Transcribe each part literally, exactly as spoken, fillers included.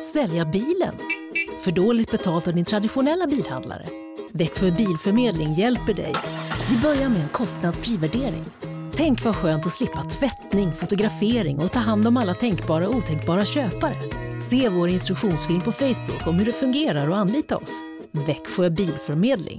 Sälja bilen? För dåligt betalt av din traditionella bilhandlare? Växjö Bilförmedling hjälper dig. Vi börjar med en kostnadsfri värdering. Tänk vad skönt att slippa tvättning, fotografering och ta hand om alla tänkbara och otänkbara köpare. Se vår instruktionsfilm på Facebook om hur det fungerar och anlita oss. Växjö Bilförmedling.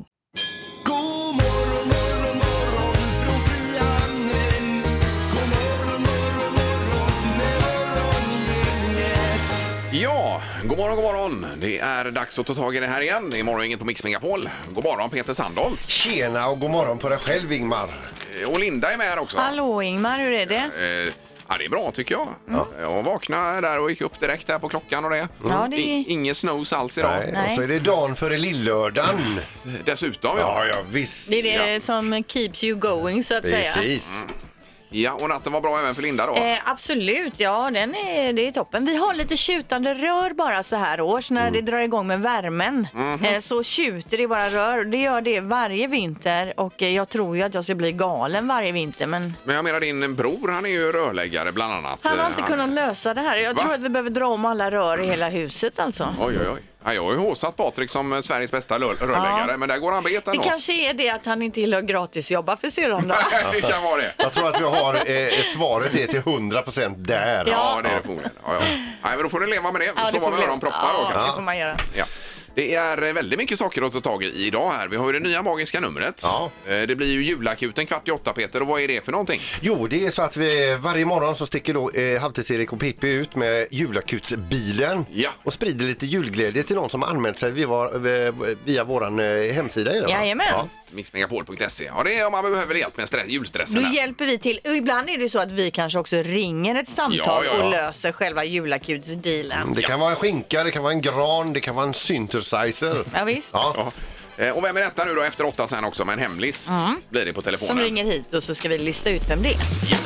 Ja, god morgon, god morgon. Det är dags att ta tag i det här igen. Det är morgon på Mix Megapol. God morgon Peter Sandholt. Tjena och god morgon på dig själv Ingmar. Och Linda är med här också. Hallå Ingmar, hur är det? Eh, ja, det är bra tycker jag. Mm. Jag vaknade där och gick upp direkt här på klockan och det. Mm. Ja, det är... I, ingen snooze alls idag. Nej, Nej. Och så är det dagen före lillördagen. Dessutom, ja. Ja, ja visst. Det är det ja. som keeps you going så att Precis. säga. Precis. Mm. Ja, och natten var bra även för Linda då? Eh, absolut, ja den är, det är toppen. Vi har lite tjutande rör bara så här års när mm. det drar igång med värmen. Mm-hmm. Eh, så tjuter det bara rör. Det gör det varje vinter och eh, jag tror ju att jag ska bli galen varje vinter. Men, men jag menar din bror, han är ju rörläggare bland annat. Han har inte han... kunnat lösa det här. Jag Va? tror att vi behöver dra om alla rör i hela huset alltså. Oj, oj, oj. Ja, jag har ju håsat Patrik som Sveriges bästa rörläggare, ja. Men där går han bet ändå. Det kanske är det att han inte gillar gratis jobba för syrran då. Det kan vara det. Jag tror att vi har eh, svaret är till hundra procent där. Ja, ja det är det förmodligen. Ja, ja. Nej, men då får du leva med det. Ja, så var vi öron proppar ja, då kanske. Ja, det får man göra. Ja. Det är väldigt mycket saker att ta tag i idag här. Vi har ju det nya magiska numret. Ja. Det blir ju julakuten kvart i åtta, Peter. Och vad är det för någonting? Jo, det är så att vi, varje morgon så sticker då eh, Halvtids-Erik och Pippi ut med julakutsbilen. Ja. Och sprider lite julglädje till någon som anmält sig via, via, via våran eh, hemsida. Jajamän. Ja. mix megapol punkt se. Ja, det är om man behöver hjälp med stress, julstressen. Då hjälper vi till. Och ibland är det så att vi kanske också ringer ett samtal ja, ja, ja. och löser själva julakutsdealen. Mm, det kan ja. vara en skinka, det kan vara en gran, det kan vara en synthesizer. Ja, visst. Ja. Ja. Och vem är detta nu då efter åtta sen också med en hemlis? Mm. Blir det på telefonen. Som ringer hit och så ska vi lista ut vem det är. Ja.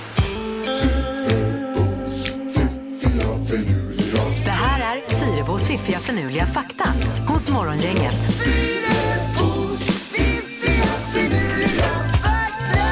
Det här är Fyrebos fiffiga förnuliga fakta hos Morgongänget. Fyrebos fiffiga förnuliga fakta.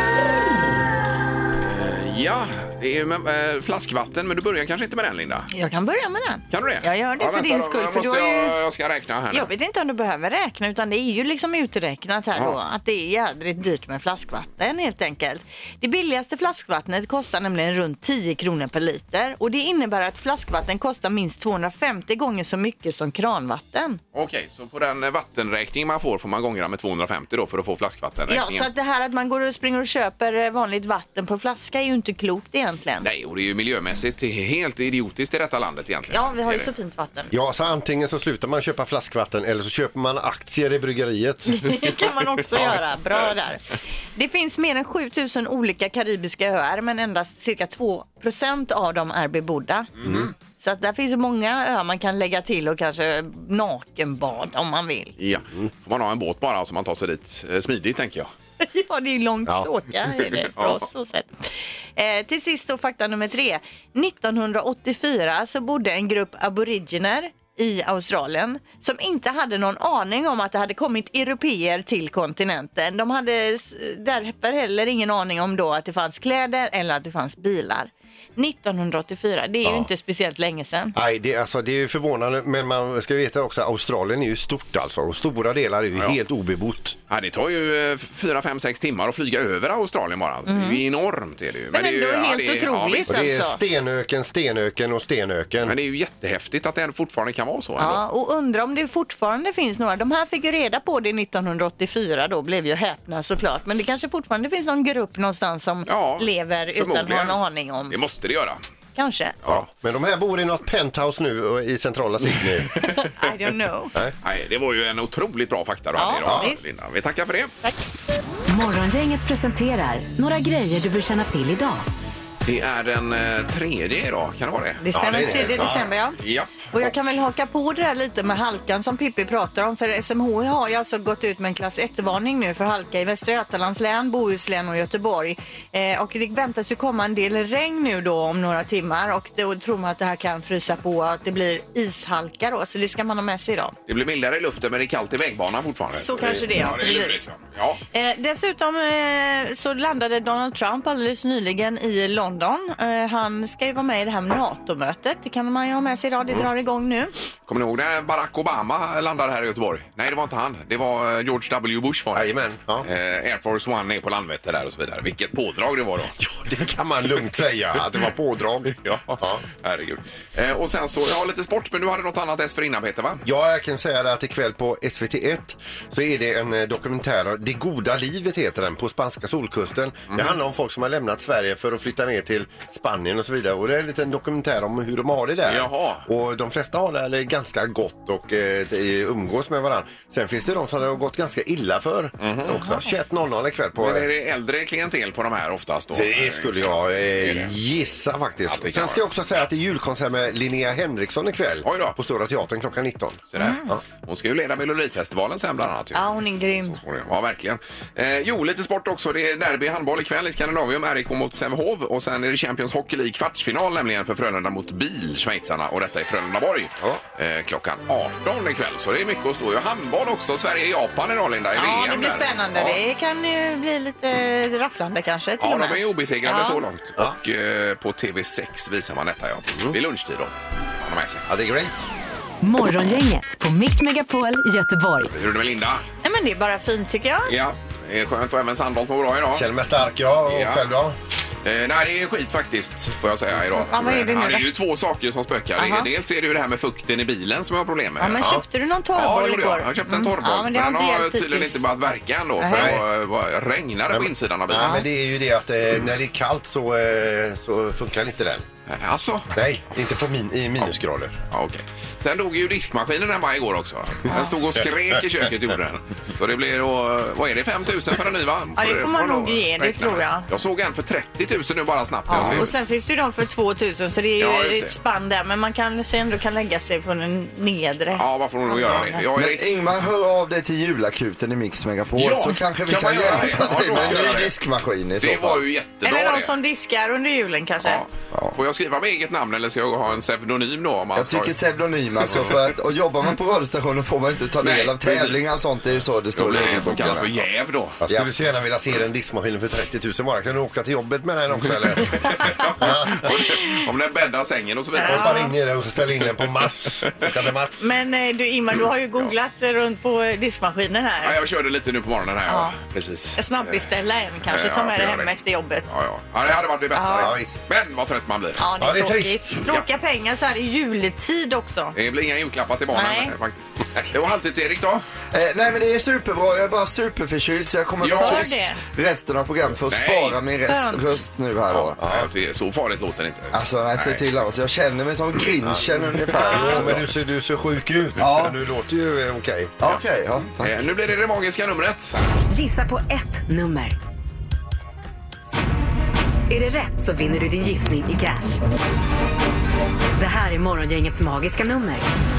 Ja, det är med, äh, flaskvatten, men du börjar kanske inte med den, Linda? Jag kan börja med den. Kan du det? Jag gör det ja, för vänta, din då, skull. Då, för måste du jag, ju... jag ska räkna här nu. Jag vet inte om du behöver räkna, utan det är ju liksom uträknat här ja. då. Att det är jädrigt dyrt med flaskvatten helt enkelt. Det billigaste flaskvattnet kostar nämligen runt tio kronor per liter. Och det innebär att flaskvatten kostar minst tvåhundrafemtio gånger så mycket som kranvatten. Okej, så på den vattenräkning man får får man gångra med tvåhundrafemtio då för att få flaskvattenräkningen. Ja, så att det här att man går och springer och köper vanligt vatten på flaska är ju inte klokt egentligen. Nej, och det är ju miljömässigt helt idiotiskt i detta landet egentligen. Ja, vi har ju så fint vatten. Ja, så antingen så slutar man köpa flaskvatten eller så köper man aktier i bryggeriet. Det kan man också göra. Bra där. Det finns mer än sjutusen olika karibiska öar, men endast cirka två procent av dem är bebodda. Mm. Så att där finns ju många öar man kan lägga till och kanske nakenbad om man vill. Ja, får man ha en båt bara så man tar sig dit smidigt tänker jag. Ja, det är långt ja. att åka är det för oss. Och sen. Eh, till sist då fakta nummer tre. nittonhundraåttiofyra så bodde en grupp aboriginer i Australien som inte hade någon aning om att det hade kommit europeer till kontinenten. De hade därför heller ingen aning om då att det fanns kläder eller att det fanns bilar. nittonhundraåttiofyra, det är ja. ju inte speciellt länge sedan. Nej, det, alltså, det är ju förvånande, men man ska veta också att Australien är ju stort alltså, och stora delar är ju ja. helt obebott. Ja, det tar ju fyra, fem, sex timmar att flyga över Australien bara. Mm. Det är ju enormt. Är det ju. Men, men ändå det är ju, helt ja, det är, otroligt ja, det är stenöken, stenöken och stenöken. Men det är ju jättehäftigt att det fortfarande kan vara så. Ja, ändå. Och undrar om det fortfarande finns några. De här fick ju reda på det nittonhundraåttiofyra, då blev ju häpna såklart. Men det kanske fortfarande finns någon grupp någonstans som ja, lever utan att ha en aning om. Det måste det göra. Kanske. Ja. Men de här bor i något penthouse nu i centrala Sydney. I don't know. Nej. Nej, det var ju en otroligt bra fakta du ja, hade idag, visst. Linda. Vi tackar för det. Tack. Morgongänget presenterar några grejer du bör känna till idag. Det är den eh, tredje idag, kan det vara det? Det stämmer, ja, det tredje december, ja. ja. Och jag kan väl haka på det där lite med halkan som Pippi pratar om. För S M H har ju alltså gått ut med en klass ett-varning nu för halka i Västra Götalands län, Bohuslän och Göteborg. Eh, och det väntas ju komma en del regn nu då om några timmar. Och då tror man att det här kan frysa på att det blir ishalka då. Så det ska man ha med sig idag. Det blir mildare i luften men det är kallt i vägbanan fortfarande. Så, så kanske det, ja. Ja, det är precis. ja. Eh, dessutom eh, så landade Donald Trump alldeles nyligen i London. London. Uh, han ska ju vara med i det här NATO-mötet. Det kan man ju ha med sig idag. Det drar igång nu. Kommer ni ihåg när Barack Obama landade här i Göteborg? Nej, det var inte han. Det var George W. Bush. Var det. Jajamän. Ja. Eh, Air Force One är på Landvetter där och så vidare. Vilket pådrag det var då. Ja, det kan man lugnt säga att det var pådrag. Ja, ja. Herregud. Eh, och sen så, jag har lite sport, men du hade något annat dessförinnan, Peter, va? Ja, jag kan säga det att ikväll på S V T ett så är det en dokumentär, Det goda livet heter den, på spanska solkusten. Mm. Det handlar om folk som har lämnat Sverige för att flytta ner till Spanien och så vidare. Och det är en liten dokumentär om hur de har det där. Jaha. Och de flesta har det eller ganska gott och eh, umgås med varandra. Sen finns det de som det har gått ganska illa för mm. också. tjugoett noll noll ikväll på... Men är det äldre klientel på de här oftast då? Det skulle jag eh, gissa faktiskt. Sen ska jag också säga att det är julkonsert med Linnea Henriksson ikväll. Oj då. På Stora Teatern klockan nitton. Så där. Mm. Ja. Hon ska ju leda Melodifestivalen sen bland annat. Ju. Ja, hon är grym. Ja, verkligen. Eh, jo, lite sport också. Det är derby handboll ikväll i Skandinavium. R I K mot Sävehof. Och sen är det Champions Hockey League kvartsfinal nämligen för Frölunda mot Bil, schweizarna. Och detta är Frölundaborg ja. eh, klockan arton ikväll. Så det är mycket att stå i. Och handboll också. Sverige-Japan idag, Linda, i ja, V M. Ja, det blir där. spännande. Ja. Det kan ju bli lite rafflande kanske. Till ja, och med. de är ju obesegrade ja. så långt. Ja. Och eh, på T V sex visar man detta, ja. Mm. Vid lunchtid då. Man har med sig. Ja, det är great. Morgongänget på Mix Megapol Göteborg. Hur är det med Linda? Nej, men det är bara fint tycker jag. Ja, det är skönt. Och även Sandholt på bra idag. Känner mig stark, ja. Och Ja. själv då? Eh, nej, det är skit faktiskt, får jag säga idag. Ja, vad är det nu ja, det är då? ju två saker som spökar. Aha. Dels är det ju det här med fukten i bilen som jag har problem med. Ja, men köpte du någon torrboll Ja, det gjorde igår? jag. Jag köpte en torrboll. Mm. Ja, men det har den inte har hjälpt tydligen hittills. inte börjat verka ändå. Nej. För det var, var, regnade på insidan av bilen. Ja, men det är ju det att eh, när det är kallt så, eh, så funkar inte den. Alltså? Nej, inte på min, i minusgrader. Ja, okej. Sen dog ju diskmaskinen hemma igår också. Den stod och skrek i köket, gjorde den. Så det blir då, vad är det, fem tusen för en ny, va? Ja, det får man nog ge, det tror jag. Jag såg en för trettio tusen nu bara snabbt. Ja, och sen finns det ju de för två tusen, så det är ju Ja, just det. ett spann där. Men man kanske ändå kan lägga sig på den nedre. Ja, varför får nog göra det? Jag är... Men Ingmar, hör av dig till julakuten i Mix Megapol Ja, så kanske vi kan kan, man göra hjälpa det? Ja, dig då ska med jag en göra ny det. diskmaskin i så Det fall. var ju jättebra. Eller någon det. som diskar under julen kanske. Ja. Får jag skriva med eget namn eller ska jag ha en pseudonym då? Om man Jag ska- tycker pseudonym alltså, för att och jobbar man på radiostationen får man inte ta del Nej, av tävlingar och sånt, det är ju så det Då står. blir det en som kallas för jäv då. Jag skulle Ja. så gärna vilja se den diskmaskinen för trettio tusen bara. Kan du åka till jobbet med den också eller? Om den bäddar sängen och så vidare. Hoppa in i den och så ställa in den på Mars. Åka till Mars. Men eh, du Ingmar, du har ju googlat runt på eh, diskmaskinen Ja, här. jag körde lite nu på morgonen här. Ja. Ja. Precis. Snabbbeställa en kanske, Ja, ta med får det göra hem det. efter jobbet. Ja, ja. Ja, det hade varit det bästa. Ja, Ja, visst. Men vad trött man blir. Ja, det är, Ja, det är tråkigt. trist. Tråkiga pengar så här i juletid också. Det blir inga julklappar till barnen Nej. faktiskt. Det var Halvtids-Erik då. Eh, nej men det är superbra, jag är bara superförkyld så jag kommer Ja. vara Gör tyst det. resten av programmet för att Nej. spara min rest, Skönt. röst nu här då. Ja, det är så farligt låter det inte. Alltså nej, se till annars. Jag känner mig som Grinchen ungefär. Ja, men du ser, du ser sjuk ut. Ja. Men du låter ju eh, okej. Ja, Okej, ja, tack. Eh, nu blir det det magiska numret. Gissa på ett nummer. Är det rätt så vinner du din gissning i cash. Det här är Morgongängets magiska nummer.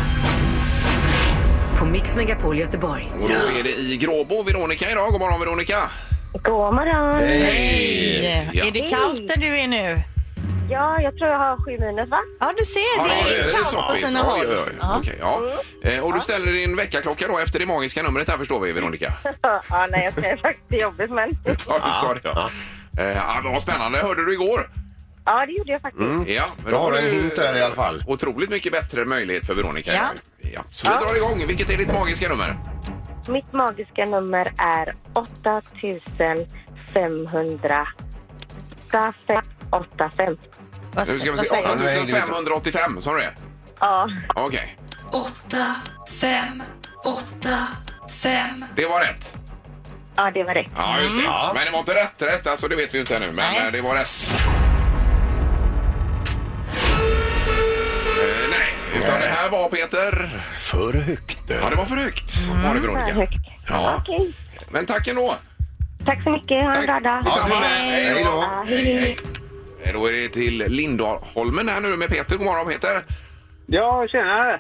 På Mix Megapol Göteborg. Och då är det i Gråbo, Veronica idag. God morgon Veronica. God morgon. Hej. Ja. Är det kallt där du är nu? Ja, jag tror jag har sju minus, va? Ja, du ser. Ja, Det är kallt så på pass. sina Oj, håll. oj, oj. Ja. Okej, ja. Eh, och du ställer din väckarklocka då efter det magiska numret här förstår vi Veronica. Ja, nej, jag ska faktiskt till jobbet, men... Ja, du ska det. Ja. Eh, ja, men vad spännande. Hörde du igår? Ja, det gjorde jag faktiskt. Ja, men Då har du en du hint där i alla fall. Otroligt mycket bättre möjlighet för Veronica. Ja. idag. Ja. Så vi drar igång. Vilket är ditt magiska nummer? Mitt magiska nummer är åtta tusen femhundraåttiofem. Vad, Nu ska vi vad se. säger åtta du? tusen femhundraåttiofem, sa du det? Ja, Okej. åtta, fem, åtta, fem. Det var rätt. ja, det var rätt. Ja, just det. Men det var inte rätt rätt, alltså det vet vi ju inte ännu. Men Nej. eh, det var rätt. Eh, nej, utan det här var Peter. För högt. Ja, det var för högt. Var det För Veronica? högt. Ja. Okej. Men tack ändå. Tack så mycket. Ha en bra dag. Ja, du med. Hej. Hej då. Ja, hej, hej. Eh, Då är det till Lindholmen här nu med Peter. God morgon Peter. Ja, tjena.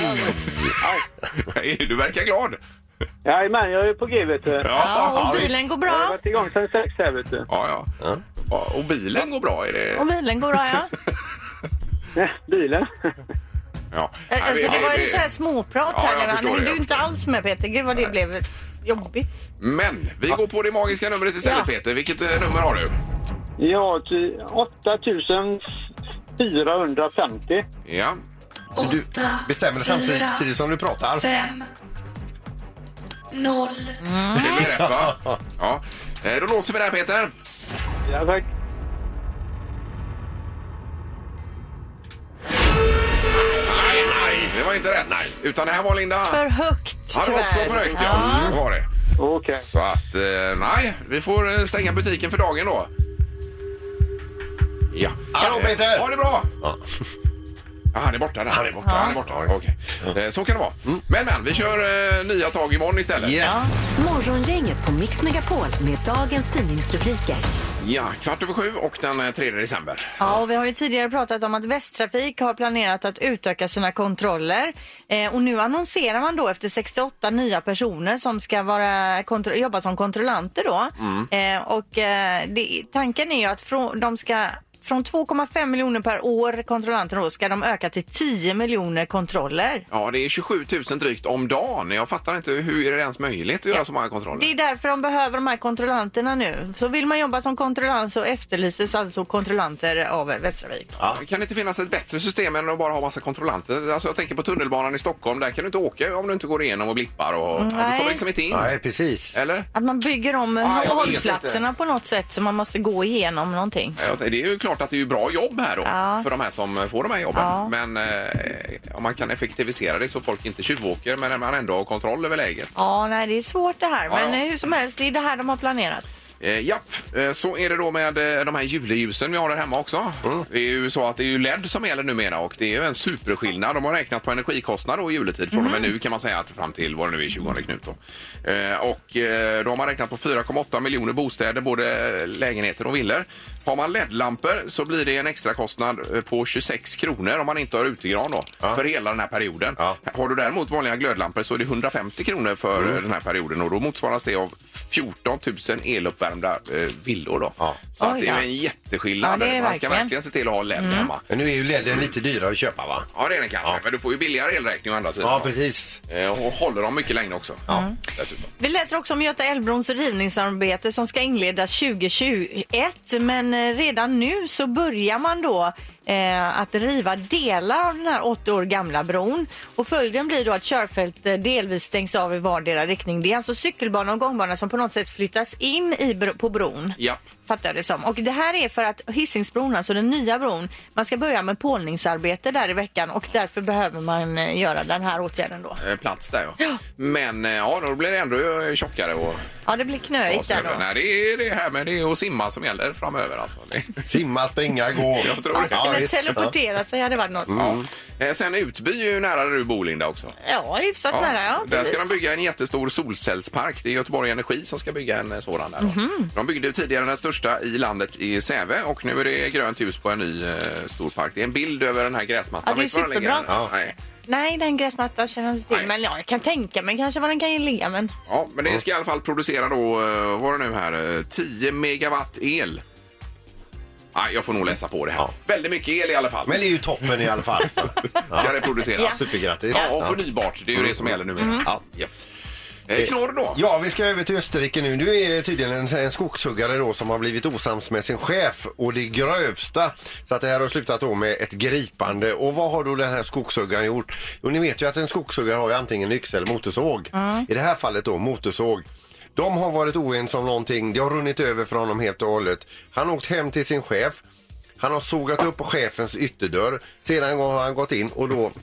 Hej, du verkar glad. Jajamän, jag är på G, vet du. Ja, och bilen går Jag har bra. varit igång sedan sex här, vet du. Ja, ja. Ja, och bilen går bra, är det? Och bilen går bra, ja. Nej, bilen. Ja. Alltså, Nej, vi- det var ju vi- så här småprat Ja, här jag nu. Han förstår det, hängde jag ju inte förstår. alls med Peter. Gud vad det blev jobbigt. Men vi går på det magiska numret istället Ja. Peter. Vilket eh, nummer har du? Ja, till åtta tusen fyrahundrafemtio. Ja. Du bestämmer det samtidigt som du pratar. fem noll. Det blir rätt, va? Ja. Eh, Då låser vi där, Peter. Ja, tack. Nej, nej, det var inte rätt. Nej. Utan det här var Linda. För högt, Ja, det var också tyvärr. för högt, ja. Ja. Det var det. Okej. Så att, eh, nej, vi får eh, stänga butiken för dagen då. Ja. Hallå, Peter! Ha det bra! Ja. Ja, han är borta där. Han är borta. Han är borta. Okej. Eh, Så kan det vara. Men, men, vi kör eh, nya tag imorgon istället. Yes. Morgongänget på Mix Megapol med dagens tidningsrubriker. Ja, kvart över sju och den eh, tredje december. Ja, och vi har ju tidigare pratat om att Västtrafik har planerat att utöka sina kontroller. Eh, och nu annonserar man då efter sextioåtta nya personer som ska vara kontro- jobba som kontrollanter då. Eh, och eh, det, tanken är ju att från, de ska... Från två komma fem miljoner per år kontrollanter då ska de öka till tio miljoner kontroller. Ja, det är tjugosju tusen drygt om dagen. Jag fattar inte, hur är det ens möjligt att göra Ja. så många kontroller? Det är därför de behöver de här kontrollanterna nu. Så vill man jobba som kontrollant så efterlyses alltså kontrollanter av Västtrafik. Ja. Kan det inte finnas ett bättre system än att bara ha massa kontrollanter? Alltså jag tänker på tunnelbanan i Stockholm. Där kan du inte åka om du inte går igenom och blippar. Och, Nej. Du kommer liksom inte in. Nej, precis. Eller? Att man bygger om Ja, jag vet hållplatserna på något sätt så man måste gå igenom någonting. Ja, det är ju klart att det är ju bra jobb här då. Ja. För de här som får de här jobben. Ja. Men eh, om man kan effektivisera det så folk inte tjuvåker men man ändå har kontroll över läget. Ja, nej, det är svårt det här. Ja, Men ja. hur som helst, det är det här de har planerat. Eh, japp, eh, så är det då med eh, de här juleljusen vi har där hemma också. Mm. Det är ju så att det är ju L E D som gäller numera och det är ju en superskillnad. De har räknat på energikostnad och juletid från och med nu kan man säga att fram till vad det nu är tjugonde Knut då. Eh, och eh, då har man räknat på fyra komma åtta miljoner bostäder, både lägenheter och villor. Har man L E D-lampor så blir det en extra kostnad eh, på tjugosex kronor om man inte har utegran då, Ja. för hela den här perioden. Ja. Har du däremot vanliga glödlampor så är det hundrafemtio kronor för Mm. eh, den här perioden och då motsvaras det av fjorton tusen eluppvärmda eh, villor då. Ja. Så att Oj det är då. en jätteskillnad. Ja, det är det Man ska verkligen. verkligen se till att ha L E D hemma. Men nu är ju L E D lite dyrare att köpa, va? Ja, det är den kanske. Ja. Men du får ju billigare elräkning å andra sidan. Ja, precis. Eh, Och håller dem mycket längre också. Ja. Dessutom. Vi läser också om Göta Älvbrons rivningsarbete som ska inledas tjugohundratjugoett. Men eh, redan nu så börjar man då eh, att riva delar av den här åttio år gamla bron. Och följden blir då att körfält eh, delvis stängs av i vardera riktning. Det är alltså cykelbana och gångbana som på något sätt flyttas in i bro- på bron. Ja. Fattar jag det som. Och det här är för att Hisingsbron, alltså den nya bron, man ska börja med pålningsarbete där i veckan och därför behöver man eh, göra den här åtgärden då. Eh, Plats där ja. Men eh, ja, då blir det ändå eh, tjockare och... Ja, det blir knöigt där då. Nej, det är det här med det är att simma som gäller framöver alltså. Det... Simma, springa, gå. Jag tror det. Ja, Eller visst. teleportera sig hade varit något. Ja. Eh, Sen Utby är ju nära där du bor, Linda, också. Ja, hyfsat Ja, nära. Ja, där ska precis. de bygga en jättestor solcellspark. Det är Göteborg Energi som ska bygga en sådan där. Då. Mhm. De byggde ju tidigare den största i landet i Säve och nu är det grönt ljus på en ny eh, stor park. Det är en bild över den här gräsmattan. Ja, det är Vet du var den ligger? superbra. Ja. Nej. Nej, den gräsmattan känner jag inte till. Nej. Men ja, jag kan tänka mig kanske vad den kan ligga. Men Ja, men det ska i alla fall producera då, eh, vad är det nu här, eh, tio megawatt el. Nej, jag får nog läsa på det här. Ja. Väldigt mycket el i alla fall. Men det är ju toppen i alla fall. Ska det produceras? Ja. Supergrattis. Ja, och förnybart. Det är ju det som gäller nu. Mm. Ja. Yes. Eh, Knorr då? Ja, vi ska över till Österrike nu. Nu är det tydligen en, en skogshuggare då som har blivit osams med sin chef och det grövsta. Så att det här har slutat då med ett gripande. Och vad har då den här skogshuggaren gjort? Jo, ni vet ju att en skogshuggare har ju antingen yxa eller motorsåg. I det här fallet då motorsåg. De har varit oense om någonting. Det har runnit över för honom helt och hållet. Han har åkt hem till sin chef. Han har sågat upp chefens ytterdörr. Sedan har han gått in och då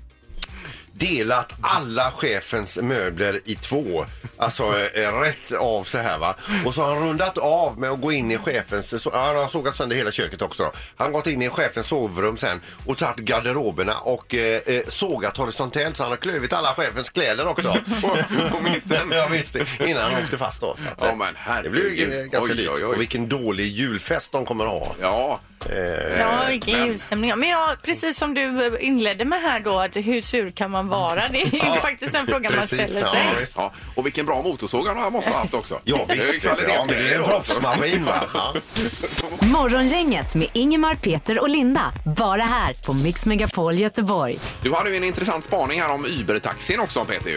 delat alla chefens möbler i två. Alltså eh, rätt av så här, va. Och så har han rundat av med att gå in i chefens... Så, han har sågat sönder hela köket också då. Han har gått in i chefens sovrum sen och tagit garderoberna och eh, eh, sågat horisontellt. Så han har klövit alla chefens kläder också. på, på mitten. Ja, visst, innan han åkte fast då. Så att, Ja, men det blir ju herregud. ganska Oj, dyrt. oj, oj. Och vilken dålig julfest de kommer att ha. Ja. ja, vilken men- julstämning. Men ja, precis som du inledde med här då, att hur sur kan man vara? Det är ju Ja, faktiskt den frågan man precis, ställer ja, sig. visst. Ja, och vilken bra motorsåg han måste ha haft också. Ja, det är ju visst. Ja, men det är kvalitetsgrejer en då. proffsmaskin, va? Ja. Morgongänget med Ingemar, Peter och Linda. Bara här på Mix Megapol Göteborg. Du hade ju en intressant spaning här om Uber-taxin också, Peter ju.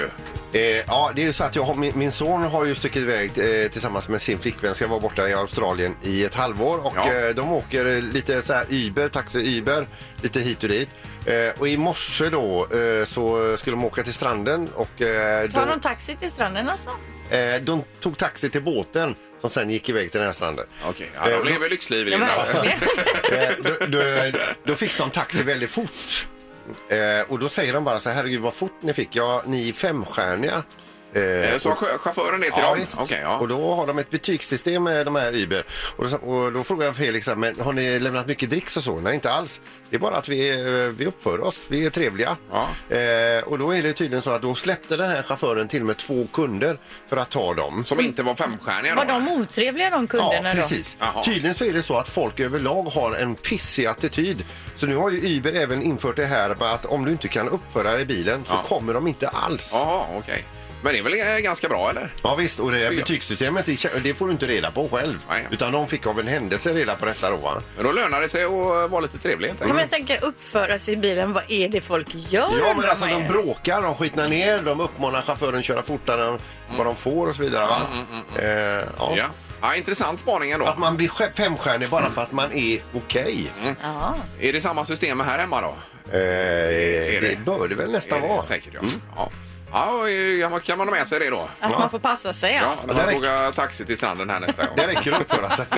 Eh, ja, det är ju så att jag har, min, min son har ju stuckit iväg eh, tillsammans med sin flickvän, ska vara borta i Australien i ett halvår och Ja. eh, de åker lite så här Uber, taxi Uber, lite hit och dit. Eh, och i morse då eh, så skulle de åka till stranden och eh, Tar då, de taxi till stranden alltså? eh, de tog taxi till båten som sen gick iväg till den här stranden. Okej, ja, de lever lyxliv i Ja, Linda. Eh, då, då, då fick de taxi väldigt fort. Eh, och då säger de bara så här, herregud vad fort ni fick. Ja, ni är femstjärniga. Eh, Så chau- chauffören är till Ja, dem? visst. Okej, ja. Och då har de ett betygssystem med de här Uber. Och då, och då frågar jag Felix, men har ni lämnat mycket dricks och så? Nej, inte alls. Det är bara att vi, eh, vi uppför oss, vi är trevliga. Ja. Eh, och då är det tydligen så att då släppte den här chauffören till med två kunder för att ta dem. Som inte var femstjärniga då? Var de otrevliga de Ja, kunderna då? precis. Jaha. Tydligen så är det så att folk överlag har en pissig attityd. Så nu har ju Uber även infört det här med att om du inte kan uppföra dig i bilen så Ja. kommer de inte alls. Jaha, okej. Men det är väl eh, ganska bra, eller? Ja visst, och det här Ja. betygssystemet det, det får du inte reda på själv. Nej. Utan de fick av en händelse reda på detta då, va? Men då lönar det sig att vara lite trevlig helt Om enkelt. jag tänker uppföra sig i bilen, vad är det folk gör? Ja, men undrar alltså man de ju. bråkar, de skitnar ner, de uppmanar chauffören att köra fortare än vad de får och så vidare, va? Eh, ja. Ja. Ja, intressant spaning ändå. Att man blir sj- femstjärnig bara för att man är okej. Ja. Är det samma system här hemma då? Eh, det? det bör det väl nästan Är det vara. säkert, ja. Ja. Ja, ja, kan man ha med sig det då? Att man får passa sig, ja. Ja, när man ska åka taxi till stranden här nästa gång. Det räcker att uppföra sig.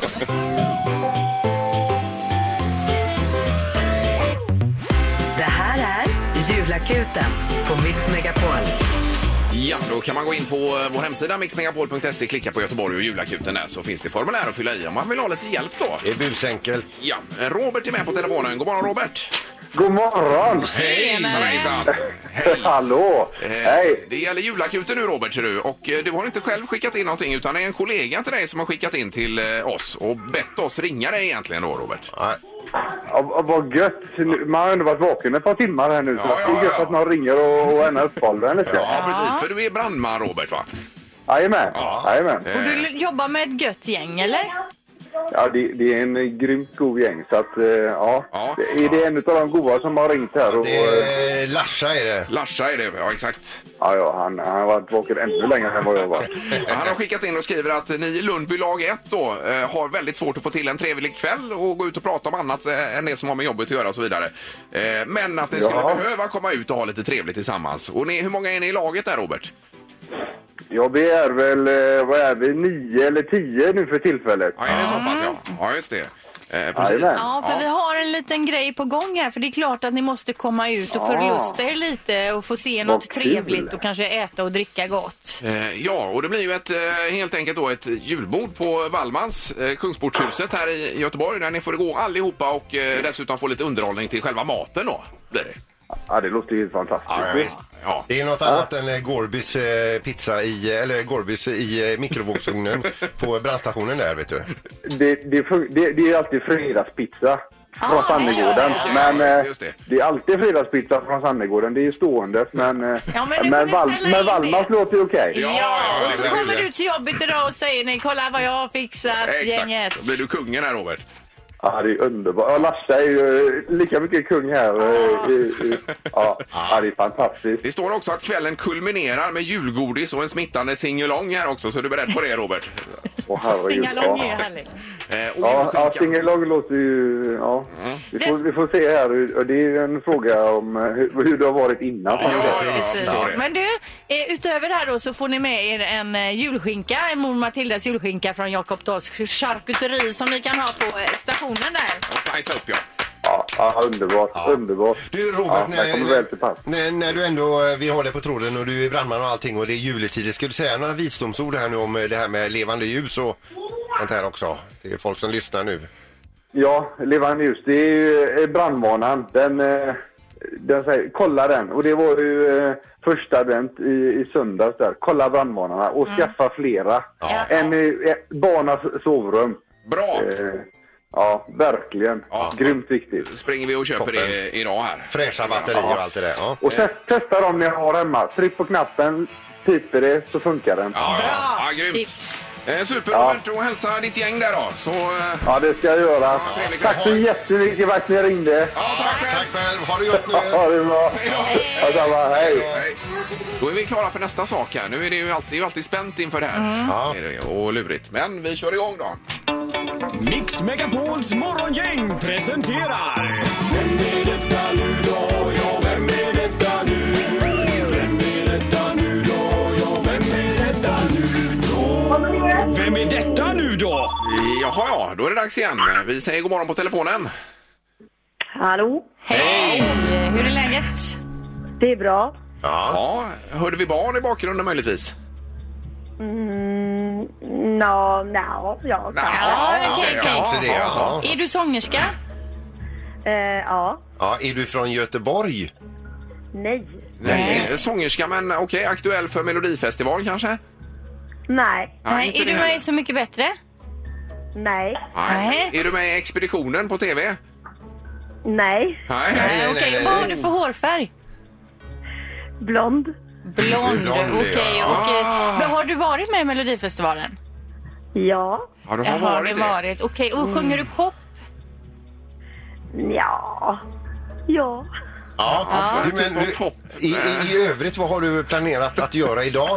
Det här är Julakuten på Mix Megapol. Ja, då kan man gå in på vår hemsida mix megapol punkt se, klicka på Göteborg och julakuten där så finns det formulär att fylla i om man vill ha lite hjälp då. Det är busenkelt. Ja, Robert är med på telefonen. God morgon, Robert. God morgon! Hej, hejsan. Hej. Hallå! Eh, Hej! Det gäller julakuten nu, Robert, ser du. Och eh, du har inte själv skickat in någonting utan det är en kollega till dig som har skickat in till eh, oss och bett oss ringa dig egentligen då, Robert. Nej. Ja, vad gött! Nu- Man har ändå varit vaken ett par timmar här nu, så Ja, det ja, är gött ja. att någon ringer och, och ändrar uppehållaren lite. Ja, precis. För du är brandman, Robert, va? Jajamän, jajamän. Och du jobbar med ett gött gäng, eller? Ja, det, det är en eh, grymt god gäng, så att, eh, ja. Ja. Är det en av de goda som har ringt här? Och, Det eh, är Larsa är det. Larsa är det, ja exakt. ja, ja, han, han har varit vaken ännu längre än vad jag var. Ja, han har skickat in och skriver att ni i Lundby lag ett då eh, har väldigt svårt att få till en trevlig kväll och gå ut och prata om annat eh, än det som har med jobbet att göra och så vidare. Eh, men att ni skulle Ja. behöva komma ut och ha lite trevligt tillsammans. Och ni, hur många är ni i laget där, Robert? Ja, vi är väl, eh, vad är vi, nio eller tio nu för tillfället. Ja, är det så pass, ja? Ja, just det. Eh, precis. Jajamän. Ja, för vi har en liten grej på gång här. För det är klart att ni måste komma ut och förlusta er lite och få se något kul. trevligt och kanske äta och dricka gott. Eh, ja, och det blir ju ett, eh, helt enkelt då ett julbord på Wallmans, eh, Kungsportshuset här i Göteborg där ni får gå allihopa och eh, dessutom få lite underhållning till själva maten då, blir det. Ja, det låter ju fantastiskt. Visst. Ja. Det är något annat än eh, Gorbys eh, pizza i, eller Gorbys i eh, mikrovågsugnen på brandstationen där, vet du. Det, det, fun- det, det är alltid fredagspizza från Ah, Sannegården. ja, Men ja, eh, just det. det är alltid fredagspizza från Sannegården. Det är stående. Men, eh, Ja, men nu får men, ni Val- ställa men in Valmars det. låter ju okej. Ja, Ja, ja, och så det blir kommer det. du till jobbet idag och säger nej, kolla vad jag har fixat, gänget. Exakt, då blir du kungen här, Robert. Ja, det är underbart. Ja, Larsa är ju eh, lika mycket kung här. eh, i, i, ja, ja, det är fantastiskt. Det står också att kvällen kulminerar med julgodis och en smittande singelong här också, så du är beredd på det, Robert? Åh, herregud. Singalong är ju Ja, härligt. Eh, och ja, ja julskinkan. singelong låter ju... Ja. Vi, får, vi får se här. hur- och Det är ju en fråga om eh, hur, hur det har varit innan. Ja, ja, Precis. ja, ja. Men du, eh, utöver det här då så får ni med er en eh, julskinka, en mor Matildas julskinka från Jakob Dahls charkuteri som ni kan ha på eh, stationen där. Och slice upp, ja. Ja, ja, underbart. Underbart. Du Robert, Ja, när, jag kommer väl till pass. när, när du ändå, eh, vi har det på tråden och du är brandman och allting och det är juletider, ska du säga några visdomsord här nu om eh, det här med levande ljus och sånt här också? Det är folk som lyssnar nu. Ja, levande ljus. Det är ju eh, brandvarnaren. Den, eh, den säger, kolla den. Och det var ju eh, första advent i, i söndags där. Kolla brandvarnarna och skaffa flera. Ja. En i eh, barnas sovrum. Bra! Eh, ja, verkligen. Ja. Grymt viktigt. Springer vi och köper Toppen. det idag här. Fräscha batteri och allt det där. Ja. Och test, testa dem ni har hemma. Tryck på knappen, piper det så funkar den. Ja, ja. Ja, grymt. Tips. Eh, super, Ja. Robert, och hälsa ditt gäng där då. Så, eh, Ja, det ska jag göra. trevlig Tack kväll. så jättemycket för att ni ringde. Ja, tack själv. Tack själv, ha det gott nu. Ha det bra. Ja, samma. Hej. Hej. Då är vi klara för nästa sak här. Nu är det ju alltid, det är ju alltid spänt inför det här. Ja. Är det, och lurigt. Men vi kör igång då. Mix Megapols morgongäng presenterar... Vem är detta nu då? Ja, vem är detta nu? Vem är detta nu då? Ja, vem är detta nu då? Vem är detta nu då? Jaha, ja, då är det dags igen. Vi säger god morgon på telefonen. Hallå? Hej! Hur är läget? Det är bra. Ja, hörde vi barn i bakgrunden möjligtvis? Mm, no, no, ja. Nej, Ja, okej, okej, okej. ja, Det, ja. Är du sångerska? Eh, ja. Ja, är du från Göteborg? Nej. Nej, sångerska, men okej, aktuell för Melodifestival kanske? Nej. Nej, inte är det du heller. med i Så mycket bättre? Nej. Nej. Är du med i Expeditionen på T V? Nej. Nej. Nej, okej. Och vad har du för hårfärg? Blond. Blond, Blond, okej. ja. Och, eh, men har du varit med i Melodifestivalen? Ja. Ja, du har Jaha, varit det det. varit. Okej, och sjunger du pop? Ja. Ja. Ja, Ja, du, typ men, av du, topp. i, i, I övrigt, vad har du planerat att göra idag?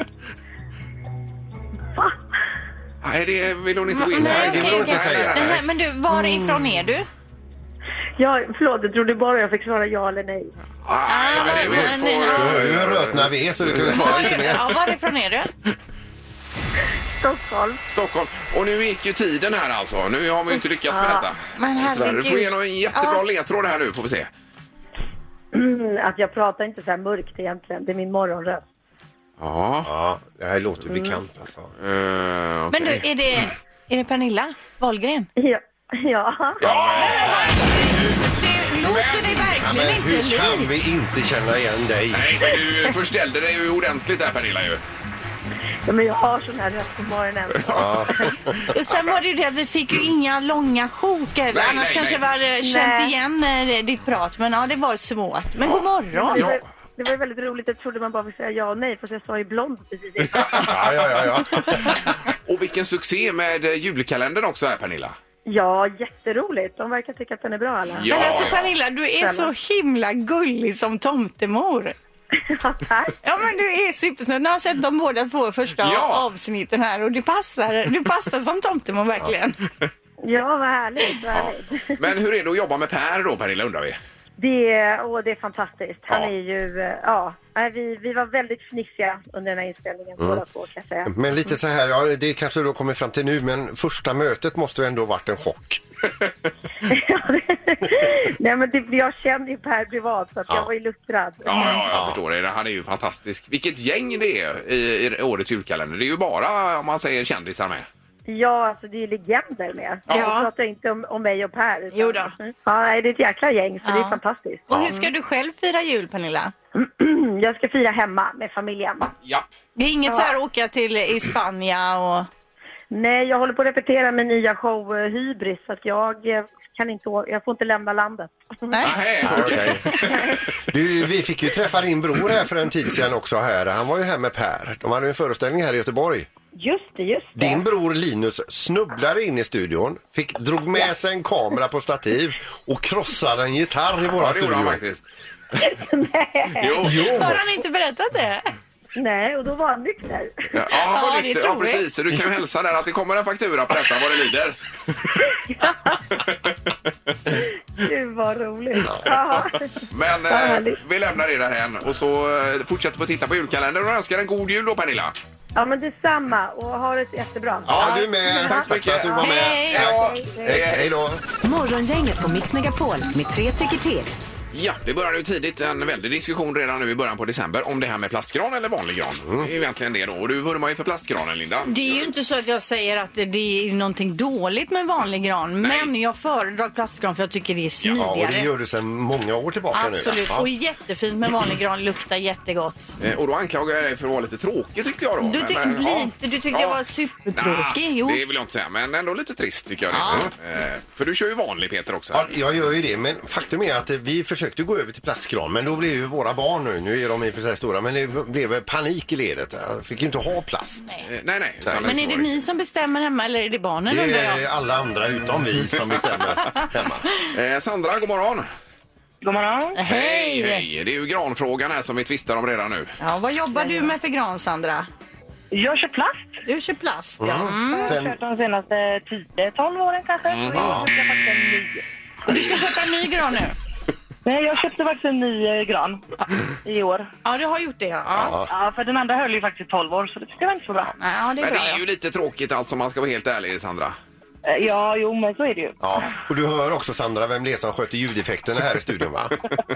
Va? Nej, det vill hon inte gå in Nej, här. det vill okej, hon inte okej. säga. Den här, men du, varifrån är du? Ja, förlåt, jag trodde bara jag fick svara ja eller nej. Nej, men det men- vi får... Du är ju röt när vi är så du kan ju svara lite mer. Ja, varifrån är du? Stockholm. Stockholm. Och nu gick ju tiden här alltså. Nu har vi ju inte lyckats med detta. Men Tyvärr. Du får ge herregud. en jättebra Ja. ledtråd här nu, får vi se. Mm, att jag pratar inte så här mörkt egentligen. Det är min morgonröst. Ja. Ja, det här låter bekant alltså. Uh, Men du, är det, är det Pernilla Wahlgren? Ja. Ja. Det låter det Ja, verkligen men inte hur kan liv. vi inte känna igen dig? Nej, men du förställde dig ju ordentligt där, Pernilla ju. Ja, men jag har sån här röst på morgonen. Och sen var det ju det att vi fick ju inga långa sjok eller Nej, annars nej, kanske nej. vi hade känt Nej. igen eh, ditt prat. Men ja, det var svårt. Men god morgon. Det Ja. var, det var ju väldigt roligt. Jag trodde man bara fick säga ja och nej. Fast jag sa ju blond precis innan. Ja, ja, ja, ja. Och vilken succé med eh, julkalendern också här, Pernilla. Ja, jätteroligt. De verkar tycka att den är bra alla. Ja. Men alltså Pernilla, du är så himla gullig som tomtemor. Ja, tack. Ja, men du är supersnäll. Nu har jag sett de båda två första Ja. avsnitten här och du passar, du passar som tomtemor verkligen. Ja, vad härligt. Vad härligt. Men hur är det att jobba med Per då, Pernilla, undrar vi? Det, är- åh, det är fantastiskt. Han Ja. är ju, eh, ja, nej, vi, vi var väldigt fniffiga under den här inspelningen, båda två kan jag säga. Men lite så här, ja, det kanske då kommer fram till nu, men första mötet måste ju ändå varit en chock. Nej, men det, jag kände ju Per privat så att Ja. jag var ju luttrad. Ja, ja, jag förstår det. Han är ju fantastisk. Vilket gäng det är i, i årets julkalender. Det är ju bara, om man säger, kändisar med. Ja, alltså det är legender med. Ja. Jag pratar inte om, om mig och Per. Utan, Jo då. Ja, nej, det är ett jäkla gäng så Ja. det är fantastiskt. Och hur ska du själv fira jul, Pernilla? Jag ska fira hemma med familjen. Ja. Det är inget så här åka till i Spanien och... Nej, jag håller på att repetera min nya show eh, Hybris så att jag eh, kan inte, å- jag får inte lämna landet. Nej. Nej, okej. Du, vi fick ju träffa din bror här för en tid sedan också här. Han var ju här med Per. De hade ju en föreställning här i Göteborg. Just det, just det. Din bror Linus snubblade in i studion, fick, drog med sig en kamera på stativ och krossade en gitarr i våra Ja, det gjorde han studio. faktiskt. Nej. Jo. Jo! Har han inte berättat det? Nej, och då var han nykter. Ja, han var Ja, det nykter. tror Ja, vi. precis. Så du kan ju hälsa där att det kommer en faktura på detta vad det lider. Gud vad roligt. Ja. Men Ja, eh, härligt. vi lämnar det där än och så eh, fortsätter vi att titta på julkalendern och önskar en god jul då, Pernilla. Ja, men detsamma och ha det jättebra. Ja, du är med. Tack så mycket. för att du var med. Hej. Ja. Hej, hej då. Morgongänget på Mix Megapol med tre tycker till. Ja, det började ju tidigt en väldig diskussion redan nu i början på december om det här med plastgran eller vanlig gran. Det är ju egentligen det då. Och du vurmar ju för plastgranen, Linda. Det är ju inte så att jag säger att det är någonting dåligt med vanlig gran. Nej. Men jag föredrar plastgran för jag tycker det är Ja, smidigare. och det gör du sedan många år tillbaka Absolut, nu. och jättefint med vanlig gran, luktar jättegott. Eh, och då anklagar jag dig för att vara lite tråkig tyckte jag då. Du tyckte Men, ja. lite, du tyckte jag var supertråkig. Jo. Det vill jag inte säga, men ändå lite trist tycker jag det. Eh, för du kör ju vanlig Peter också. Ja, jag gör ju det, men faktum är att vi försöker försökte gå över till plastgran, men då blev ju våra barn nu, nu är de i och för sig stora, men det blev panik i ledet. Jag fick ju inte ha plast. Nej, nej. nej. Men är det ni som bestämmer hemma eller är det barnen? Det undrar är jag? alla andra utom vi som bestämmer hemma. Eh, Sandra, god morgon. God morgon. Hej, hej. Det är ju granfrågan här som vi tvistar om redan nu. Ja, vad jobbar du med för gran, Sandra? Jag kör plast. Du kör plast, ja. Mm. Jag har Sen- kört de senaste tio tolv åren kanske. Mm. Och jag ska faktiskt en ny. Du ska köpa en ny gran nu? Nej, jag köpte faktiskt en ny eh, gran i år. Ja, du har gjort det, ja. Ja, Ja, för den andra höll ju faktiskt tolv år, så det tycker jag var inte så bra. ja det är Men bra. det är ju lite tråkigt alltså, man ska vara helt ärlig, Sandra. Eh, Ja, jo, men så är det ju. Ja, och du hör också, Sandra, vem det är som sköter ljudeffekterna här i studion, va?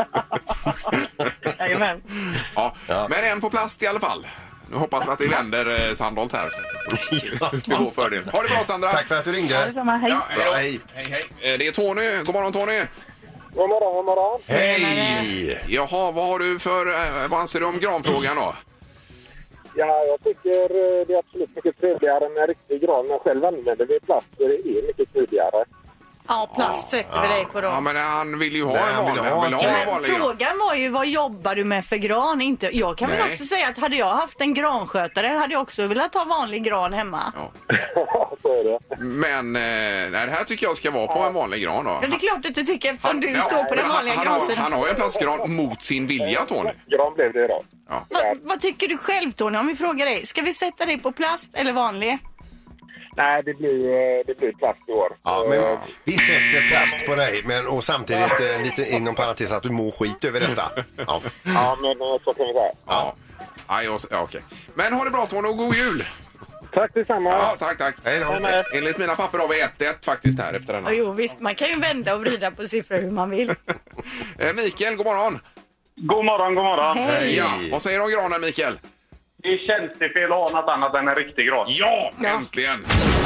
Jajamän. Ja. Ja. Men en på plast i alla fall. Nu hoppas vi att det vänder eh, Sandholt här. Till vår fördel. Ha det bra, Sandra. Tack för att du ringde. Detsamma, hej. Ja, hej, då. Bra, hej. hej, hej. Eh, Det är Tony. God morgon, Tony. God morgon, god morgon. Hej! Jaha, vad har du för, eh, vad anser du om granfrågan då? Ja, jag tycker eh, det är absolut mycket trevligare med riktig gran. Men själv använder vi plast, så det är mycket smidigare. Ja, plast sätter vi dig på då. Ja, men han vill ju ha Nej, en han vill vanlig. ha Han vill ha en- en vanlig gran. Frågan var ju, vad jobbar du med för gran? Inte, jag kan väl Nej. också säga att hade jag haft en granskötare hade jag också velat ha vanlig gran hemma. Ja. Så är det. Men eh, nej, det här tycker jag ska vara på en vanlig gran då. Ja, det är klart att du tycker eftersom du ja, står på den men vanliga han, han, har, gransidan. han har ju en plastgran mot sin vilja, Tony. Gran blev det idag. Ja. Vad, vad tycker du själv, Tony? Om vi frågar dig, ska vi sätta dig på plast eller vanlig? Nej, det blir, eh, det blir plast i år. Ja, men vi sätter plast på dig, men och samtidigt eh, lite inom parentes att du mår skit över detta. Ja. Ja, men eh, så kan vi säga. Ja. Ja, jag, ja, okej. Men ha det bra, Tony, och god jul! Tack detsamma. Ja, tack, tack. Hej då. Enligt mina papper har vi ett ett faktiskt här efter denna. Ja, jo, visst, man kan ju vända och vrida på siffror hur man vill. Eh, Mikael, god morgon. God morgon, god morgon. Hej! Ja, vad säger du om granen, Mikael? Det känns det fel att ha något annat än en riktig gran. Ja, äntligen!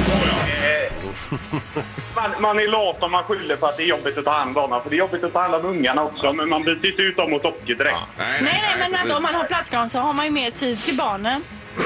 Man, man är lat om man skyller på att det är jobbigt att ta hand om dem. För det är jobbigt att ta hand om ungarna också. Men man byter inte ut dem mot dockor direkt. Nej, Nej, nej, men precis. att om man har plastgran så har man ju mer tid till barnen.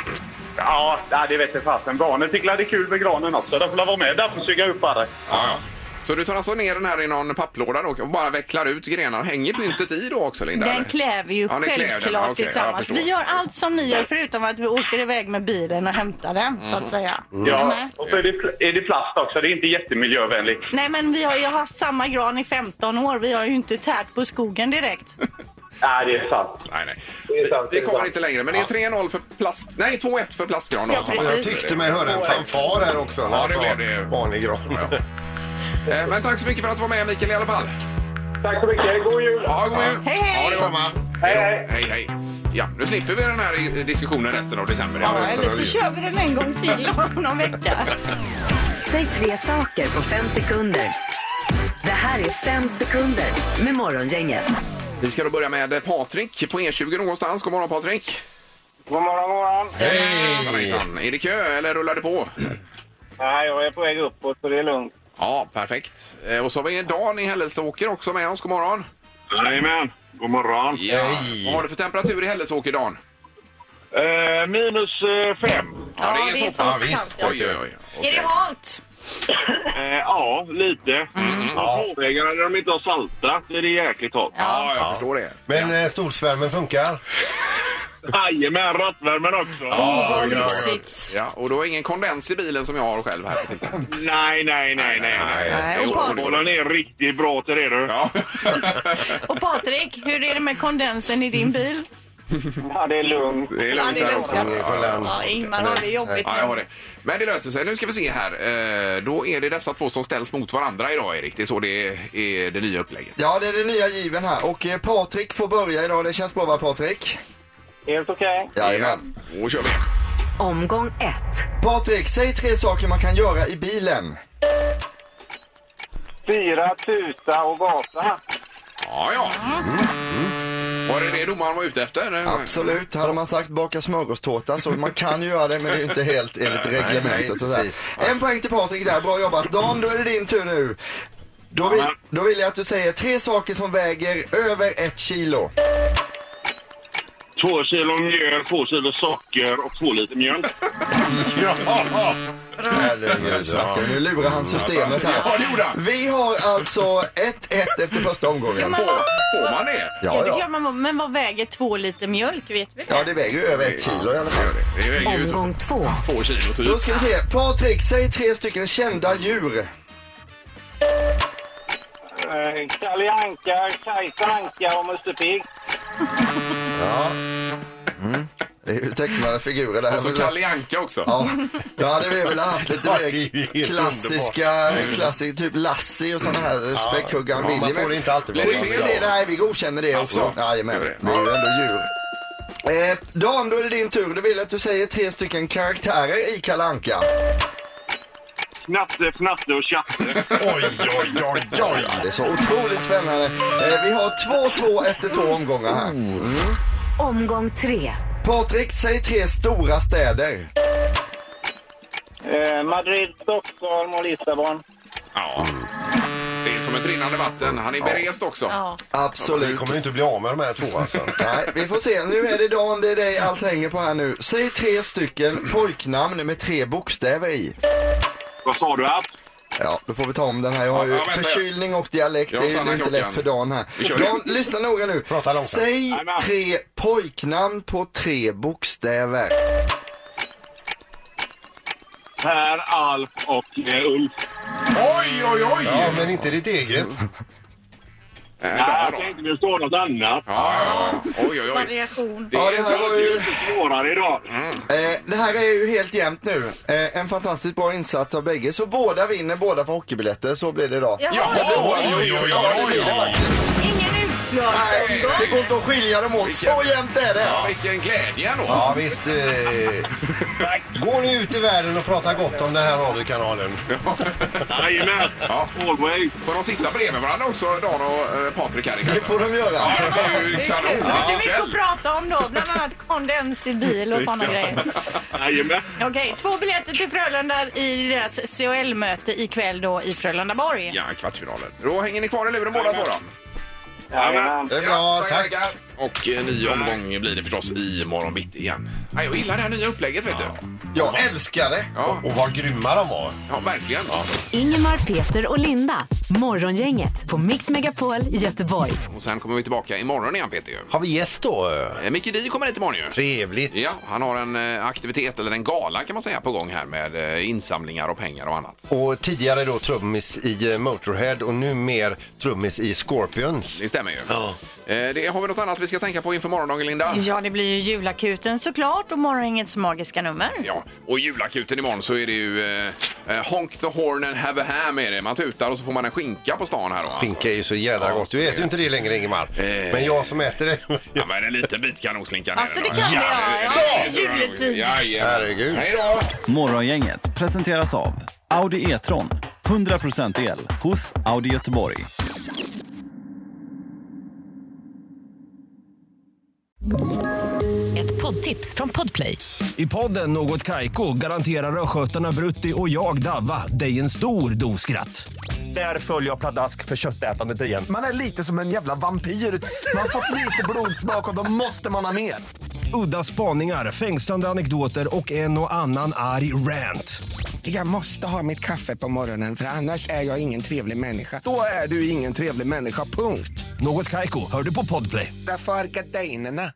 Ja, ja, det vet jag fasen. Barnen tycker det är kul med granen också. De får vara med där för att suga upp bara. Ja, ja. Så du tar alltså ner den här i någon papplåda då, och bara vecklar ut grenar. Hänger pyntet i då också, Linda? Den eller? klär vi ju Ja, ni klär den. självklart Okej, jag tillsammans. förstår. Vi gör allt som ni gör förutom att vi åker iväg med bilen och hämtar den, så att säga. Är du Ja, med? och så är det, pl- är det plast också. Det är inte jättemiljövänligt. Nej, men vi har ju haft samma gran i femton år. Vi har ju inte tärt på skogen direkt. Nej, det är sant. Nej, nej. Det är sant, Vi, det vi är kommer sant. inte längre, men det är tre noll för plast... Nej, två ett för plastgran. då, Ja, som- Och jag tyckte mig höra en fanfar här också. Ja, när det jag blev sa det. Vanlig gran. Ja. Eh, Men tack så mycket för att du var med, Mikael, i alla fall. Tack så mycket. God jul! Ja, god jul. Hej, hej. Ja, det var Samma. Hej, hej! Hej, hej. Ja, nu slipper vi den här i- diskussionen resten av december. Ja, eller så kör vi den en gång till om någon vecka. Säg tre saker på fem sekunder. Det här är fem sekunder med Morgongänget. Vi ska då börja med Patrik på E tjugo någonstans. God morgon, Patrik. God morgon, god morgon. Hejsan, hejsan. Är det kö eller rullar det på? Nej, jag är på väg uppåt så det är lugnt. Ja, perfekt. Eh, Och så har vi Dan i Hällesåker också med oss. God morgon. Jajamän. God morgon. Ja. Hej. Vad har du för temperatur i Hällesåker, Dan? Eh, minus eh, fem. Ja, det är så pass. kallt. Oj, oj, oj. Är det halt? Eh, ja, lite. Mm. Ja. Påvägarna när de inte har saltat så är det jäkligt halt. Ja, jag förstår det. Men eh, stolsvärmen funkar? Jajamän, rattvärmen också. Ja, Vad ja, mysigt. ja, och då är ingen kondens i bilen som jag har själv här. Nej, nej, nej, nej. nej. Nej, och Jo, Pat- det får Bollen du. är riktigt bra till det, du. Ja. Och Patrik, hur är det med kondensen i din bil? Ja, det är lugnt. Det är Ja, lugnt det är här lugnt, också. ja. Ja, ja. Ja, Ingmar har det jobbigt. Ja, jag har det. Men det löser sig. Nu ska vi se här. Eh, Då är det dessa två som ställs mot varandra idag, Erik. Det är så det är det nya upplägget. Ja, det är det nya given här. Och eh, Patrik får börja idag. Det känns bra, va, Patrik? Helt okej. Jajamän. Ja, då kör vi. Omgång ett. Patrik, säg tre saker man kan göra i bilen. Fyra, tuta och gasa. Ja, ja. Var det det domaren var ute efter? Absolut, hade man sagt baka smörgåstårta så man kan ju göra det, men det är ju inte helt enligt reglementet. Och så här. En poäng till Patrik där, bra jobbat. Dan, då är det din tur nu. Då vill, då vill jag att du säger tre saker som väger över ett kilo. Två kilo mjöl, två kilo socker och två liter mjölk. Ja. Herregud, snackar vi. Nu lurar han systemet här. Ja, det gjorde han. Vi har alltså ett ett efter första omgången. Får, får man det? Ja, Ja, det är ja. klart man må, men vad väger två liter mjölk, vet vi det? Ja, det väger ju över ett kilo i alla fall. Det väger ju Omgång två. två kilo typ. Då ska vi se. Patrik, säg tre stycken kända djur. Kalle Anka, Kajsa Anka och Musse Pigg. Ja. Mm. Det är ju tecknade figurer där. Och så Kalle Anka också. Ja, då hade vi väl haft lite mer klassiska, klassisk, typ Lassie och sådana här späckhuggaren. Ja, man får inte alltid bli det. det. Nej, vi godkänner det också. Alltså, Jajamän, det är ju ändå djur. Eh, Dan, då är det din tur. Du vill att du säger tre stycken karaktärer i Kalle Anka. Knatte, Fnatte och Tjatte. Oj, oj, oj, oj. Det är så otroligt spännande. Eh, vi har två två efter två omgångar här. Mm. Omgång tre. Patrik, säg tre stora städer. Eh, Madrid, Stockholm och Lissabon. Ja. Det är som ett rinnande vatten. Han är berest också. Ja. Absolut. Vi kommer ju inte bli av med de här två alltså. Nej, vi får se. Nu är det Dan, det är dig allt hänger på här nu. Säg tre stycken pojknamn med tre bokstäver i. Vad sa du att? Ja, då får vi ta om den här. Jag har ju Ja, ja, förkylning och dialekt. Jag Det är ju stannar inte klockan. lätt för Dan här. Vi kör Dan, lyssna noga nu. Prata långsamt. Säg Jajamän. tre pojknamn på tre bokstäver. Per, Alf och eh, Ulf. Oj, oj, oj! Ja, men inte ditt eget. Äh, Nej, Dan jag då. tänkte det står något annat. Ja, ja, ja. Oj, oj, oj. Variation. Det Ja, är det här så var ju- Lite svårare idag. Eh, det här är ju helt jämnt nu. Eh, en fantastiskt bra insats av bägge. Så båda vinner, båda får hockeybiljetter. Så blir det idag. Ja, Ja, oj, oj, oj, oj, oj. ingen utslagsomgång. Det går inte att skilja dem åt. Så jämnt är det. Ja, vilken glädje ändå. Ja, visst. Eh, gå nu ut i världen och prata gott om den här radiokanalen. Jajamän. Ja. Always. Får de sitta bredvid varandra också, Dan och eh, Patrik här ikväll? Det får de göra. Ja, det blir ju kanon. Det är Vilken mycket att kväll. prata om då, bland annat kondens i bil och sådana grejer. Jajamän. Okej, två biljetter till Frölunda i deras C H L-möte ikväll då i Frölundaborg. Ja, kvartsfinalen. Då hänger ni kvar i luren båda två då. Jajamän. Det är bra, tack. tackar. Och en ny omgång blir det förstås i morgon bitti igen. Ja, jag gillar det här nya upplägget, vet du. Jag älskar det. Ja, Och vad grymma de var. ja verkligen. Ingemar, Peter och Linda. Morgongänget på Mix Megapol Göteborg. Och sen kommer vi tillbaka imorgon igen, Peter. Ju. Har vi gäst då? Eh, Micke Di kommer hit imorgon ju. Trevligt. Ja, han har en eh, aktivitet, eller en gala kan man säga, på gång här med eh, insamlingar och pengar och annat. Och tidigare då trummis i eh, Motorhead och nu mer trummis i Scorpions. Det stämmer ju. Ja. Eh, det, har vi något annat vi ska tänka på inför morgondagen, Linda? Ja, det blir ju julakuten såklart och morgongängets magiska nummer. Ja, och julakuten imorgon så är det ju eh, eh, Honk the Horn and Have a Ham är det. Man tutar och så får man en skinka på stan här då. Alltså. Skinka är ju så jävla Ja, gott. Du äter ju inte det längre, Ingemar. Eh. Men jag som äter det. Ja, men en liten bit kanonslinka ner Alltså, då. det kan vi göra. Ja, Så! juletid. Jajamän. Herregud. Hej då! Morgongänget presenteras av Audi E-tron. hundra procent el hos Audi Göteborg. Ett poddtips från Podplay. I podden Något Kaiko garanterar östgötarna Brutti och jag Davva dig en stor dos skratt. Där följer jag pladask för köttätandet igen. Man är lite som en jävla vampyr. Man har fått lite blodsmak och då måste man ha mer. Udda spaningar, fängslande anekdoter och en och annan arg rant. Jag måste ha mitt kaffe på morgonen för annars är jag ingen trevlig människa. Då är du ingen trevlig människa, punkt. Något Kaiko, hör du på Podplay. Därför är gardinerna.